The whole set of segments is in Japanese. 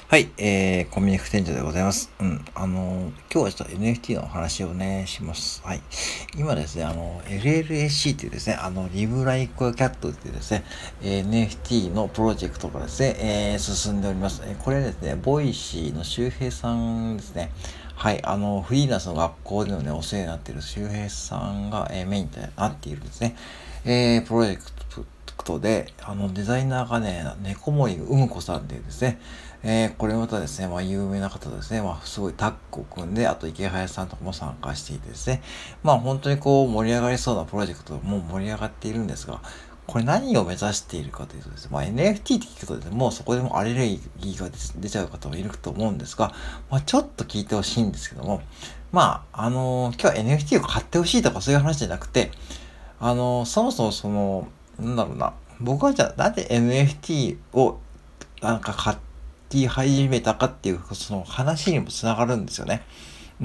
はい、コミュニク店長でございます。今日はちょっと NFT のお話をね、します。はい。今ですね、LLAC っていうですね、リブライクキャットっていうですね、NFT のプロジェクトがですね、進んでおります。これですね、ボイシーの周平さんですね。はい、フリーランスの学校でのね、お世話になっている周平さんが、メインとなっているですね、プロジェクトで、デザイナーがね、猫森うむこさんっていうですね、これまたですね、有名な方ですね、すごいタッグを組んで、あと池早さんとかも参加していてですね、本当に盛り上がりそうなプロジェクトも盛り上がっているんですが、これ何を目指しているかというとですね、NFT って聞くとですね、もうそこでもアレルギーが出ちゃう方もいると思うんですが、ちょっと聞いてほしいんですけども、今日は NFT を買ってほしいとかそういう話じゃなくて、そもそもなんだろうな、僕はじゃあなんで NFT を買って始めたかっていう、その話にもつながるんですよね。うん。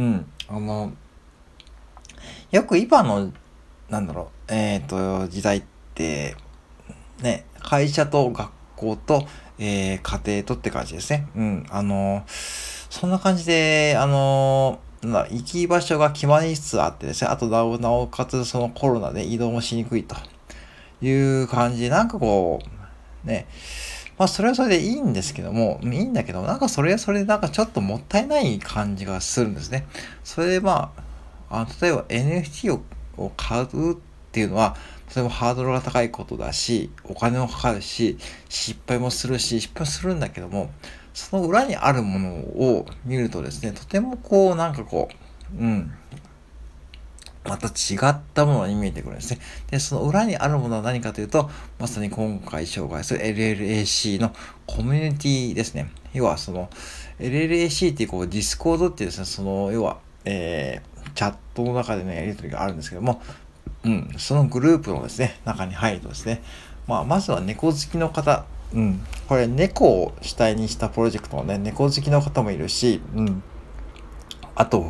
よく今の、時代って、ね、会社と学校と、家庭とって感じですね。うん。そんな感じで、行き場所が決まりつつあってですね、あとなおかつそのコロナで移動もしにくいという感じで、ね、それはそれでいいんですけども、いいんだけど、それはそれでちょっともったいない感じがするんですね。それで例えば NFT を買うっていうのは、とてもハードルが高いことだし、お金もかかるし、失敗するんだけども、その裏にあるものを見るとですね、とてもまた違ったものに見えてくるんですね。で、その裏にあるものは何かというと、まさに今回紹介する LLAC のコミュニティですね。要はLLAC っていうディスコードっていうですね、要は、チャットの中でのやり取りがあるんですけども、そのグループのですね、中に入るとですね、まずは猫好きの方、これ猫を主体にしたプロジェクトのね、猫好きの方もいるし、あと、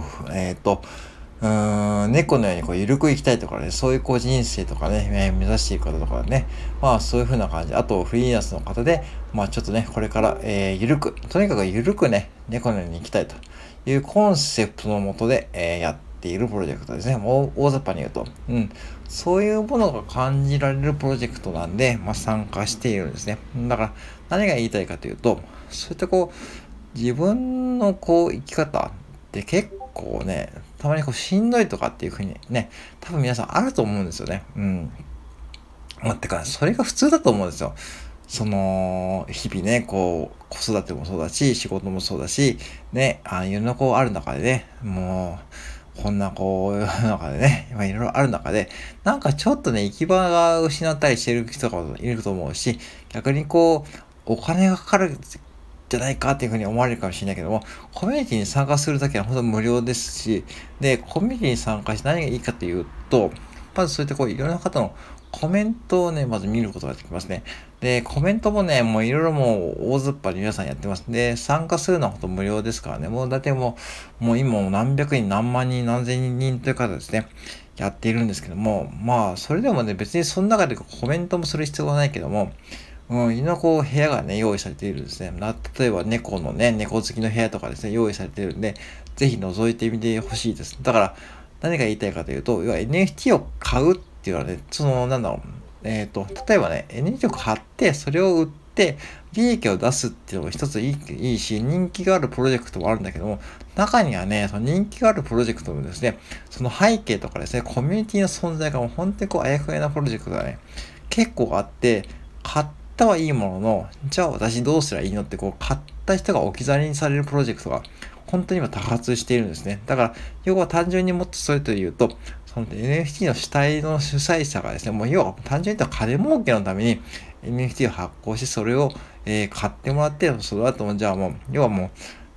猫のようにゆるく生きたいとかね、そういう人生とかね、目指している方とかね、そういう風な感じ。あと、フリーランスの方で、ちょっとね、これから、ゆるく、とにかくゆるくね、猫のように生きたいというコンセプトのもとで、やっているプロジェクトですね。もう大雑把に言うと。そういうものが感じられるプロジェクトなんで、参加しているんですね。だから、何が言いたいかというと、そういった自分の生き方って結構ね、たまにしんどいとかっていう風にね、多分皆さんあると思うんですよね。てか、それが普通だと思うんですよ。日々ね、子育てもそうだし、仕事もそうだし、ね、いろんなある中でね、もう、こんな世の中でね、いろいろある中で、ちょっとね、行き場が失ったりしてる人がいると思うし、逆にお金がかかるじゃないかっていうふうに思われるかもしれないけども、コミュニティに参加するだけは本当無料ですし、で、コミュニティに参加して何がいいかというと、まずそういったいろんな方のコメントをね、まず見ることができますね。で、コメントもね、もういろいろもう大雑把に皆さんやってます。で、参加するのは本当無料ですからね、もうだってもう今も何百人、何万人、何千人という方ですね、やっているんですけども、それでもね、別にその中でコメントもする必要はないけども、いろんな部屋がね、用意されているんですね。例えば猫のね、猫好きの部屋とかですね、用意されているんで、ぜひ覗いてみてほしいです。だから、何が言いたいかというと、要は NFT を買うっていうのはね、例えばね、NFT を買って、それを売って、利益を出すっていうのも一ついいし、人気があるプロジェクトもあるんだけども、中にはね、その人気があるプロジェクトのですね、その背景とかですね、コミュニティの存在がもう本当にあやふやなプロジェクトがね、結構あって、買ったはいいものの、じゃあ私どうすりゃいいのって買った人が置き去りにされるプロジェクトが本当に今多発しているんですね。だから、要は単純にもっとそれと言うと、その NFT の主体の主催者がですね、もう要は単純に言ったら金儲けのために NFT を発行して、それを、買ってもらって、その後もじゃあもう、要はもう、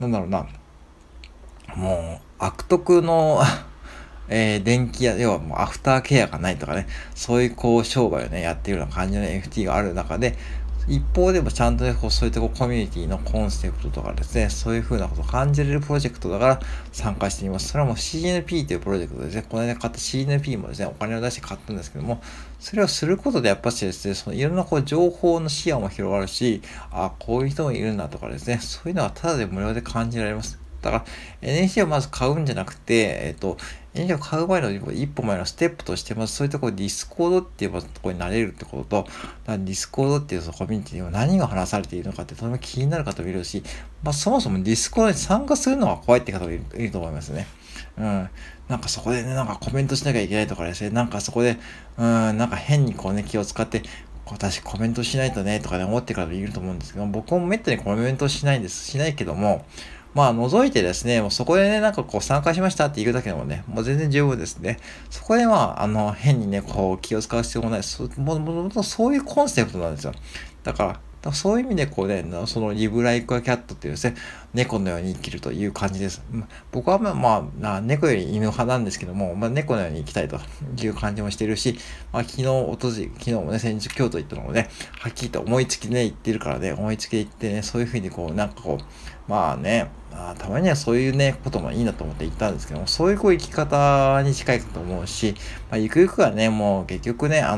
もう悪徳の電気屋、要はもうアフターケアがないとかね、そういう商売をね、やっているような感じの NFT がある中で、 一方でもちゃんとね、そういったコミュニティのコンセプトとかですね、そういう風なことを感じれるプロジェクトだから参加しています。それはもう CNP というプロジェクトですね。この間買った CNP もですね、お金を出して買ったんですけども、それをすることでやっぱしですね、そのいろんな情報の視野も広がるし、こういう人もいるんだとかですね、そういうのはただで無料で感じられます。だから NFT をまず買うんじゃなくて、NFT を買う前の一歩前のステップとして、まずそういったディスコードっていうところになれるってことと、ディスコードっていうそのコミュニティでは何が話されているのかってとても気になる方もいるし、そもそもディスコードに参加するのが怖いって方もいると思いますね。うん。なんかそこでね、なんかコメントしなきゃいけないとかですね、なんかそこで、なんか変に気を使って、私コメントしないとね、とかね、思ってる方いると思うんですけど、僕もめったにコメントしないんです。しないけども、除いてですね、もうそこでね、参加しましたって言うだけでもね、もう全然十分ですね。そこで変にね、気を使う必要もない。もともとそういうコンセプトなんですよ。だから、そういう意味でそのリブライクアキャットっていうですね、猫のように生きるという感じです。僕は猫より犬派なんですけども、猫のように生きたいという感じもしているし、昨日もね、先日京都行ったのもね、はっきりと思いつきでね、言ってるからね、思いつきで言ってね、そういうふうにたまにはそういうね、こともいいなと思って言ったんですけども、そういう生き方に近いかと思うし、ゆくゆくはね、もう結局ね、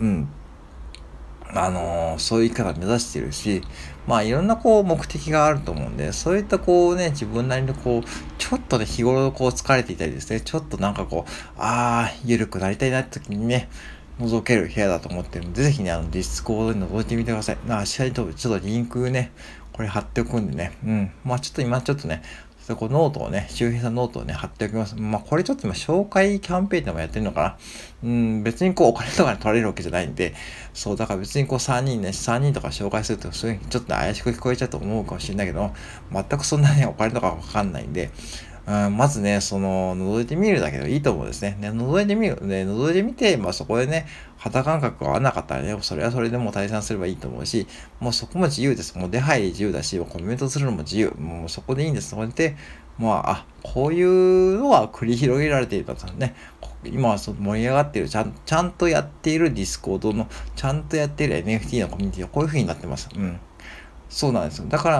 そういう生き方を目指してるし、いろんな目的があると思うんで、そういった自分なりのちょっとね、日頃疲れていたりですね、ちょっとゆるくなりたいなって時にね、覗ける部屋だと思ってるので、ぜひね、ディスコードに覗いてみてください。試合とちょっとリンクね、これ貼っておくんでね、今ちょっとね、ノートをね、周平さんノートをね、貼っておきます。これちょっと今、紹介キャンペーンでもやってるのかな。別にお金とかに取られるわけじゃないんで、そう、だから別に3人とか紹介すると、そういうふうにちょっと怪しく聞こえちゃうと思うかもしれないけど、全くそんなね、お金とかわかんないんで、まずね、覗いてみるだけでいいと思うんですね。覗いてみる。覗いてみて、そこでね、肌感覚が合わなかったらね、それはそれでもう退散すればいいと思うし、もうそこも自由です。もう出入り自由だし、コメントするのも自由。もうそこでいいんです。そこで、こういうのは繰り広げられているとね、今は盛り上がっている、ちゃんとやっているディスコードの、ちゃんとやっている NFT のコミュニティはこういう風になってます。そうなんですよ。だから、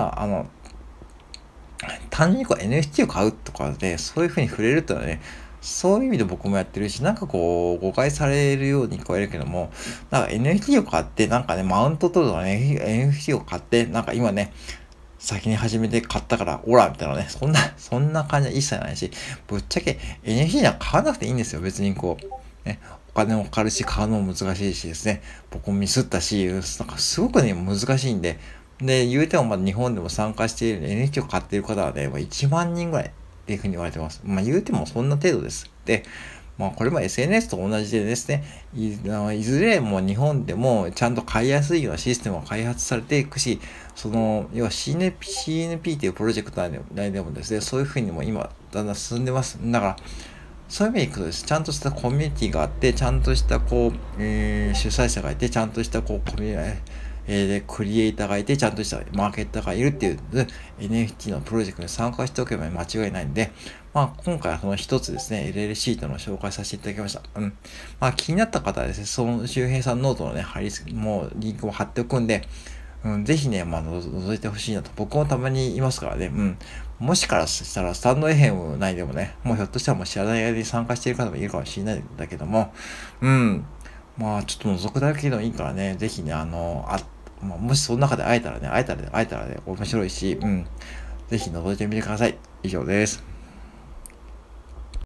単純にNFT を買うとかで、そういう風に触れるっていうのはね、そういう意味で僕もやってるし、誤解されるように聞こえるけども、NFT を買って、マウント取るとかね、NFT を買って、今ね、先に始めて買ったから、オラみたいなね、そんな感じは一切ないし、ぶっちゃけ NFT は買わなくていいんですよ、別にね、お金もかかるし、買うのも難しいしですね、僕もミスったし、すごくね、難しいんで、言うても日本でも参加している NFT を買っている方はね、1万人ぐらいっていうふうに言われてます。言うてもそんな程度です。で、これも SNS と同じでですね、いずれも日本でもちゃんと買いやすいようなシステムが開発されていくし、要は CNP っていうプロジェクト内でもですね、そういうふうにも今、だんだん進んでます。だから、そういう意味でいくとです。ちゃんとしたコミュニティがあって、ちゃんとした主催者がいて、ちゃんとしたコミュニティ、で、クリエイターがいて、ちゃんとしたマーケッターがいるっていう、NFT のプロジェクトに参加しておけば間違いないんで、今回はその一つですね、LLC というのを紹介させていただきました。気になった方はですね、その周平さんノートのね、もうリンクも貼っておくんで、ぜひね、覗いてほしいなと。僕もたまにいますからね、もしかしたら、スタンド FM 内でもね、もうひょっとしたらもう知らない間に参加している方もいるかもしれないんだけども、ちょっと覗くだけでもいいからね、ぜひね、もしその中で会えたらね、面白いし、ぜひ覗いてみてください。以上です。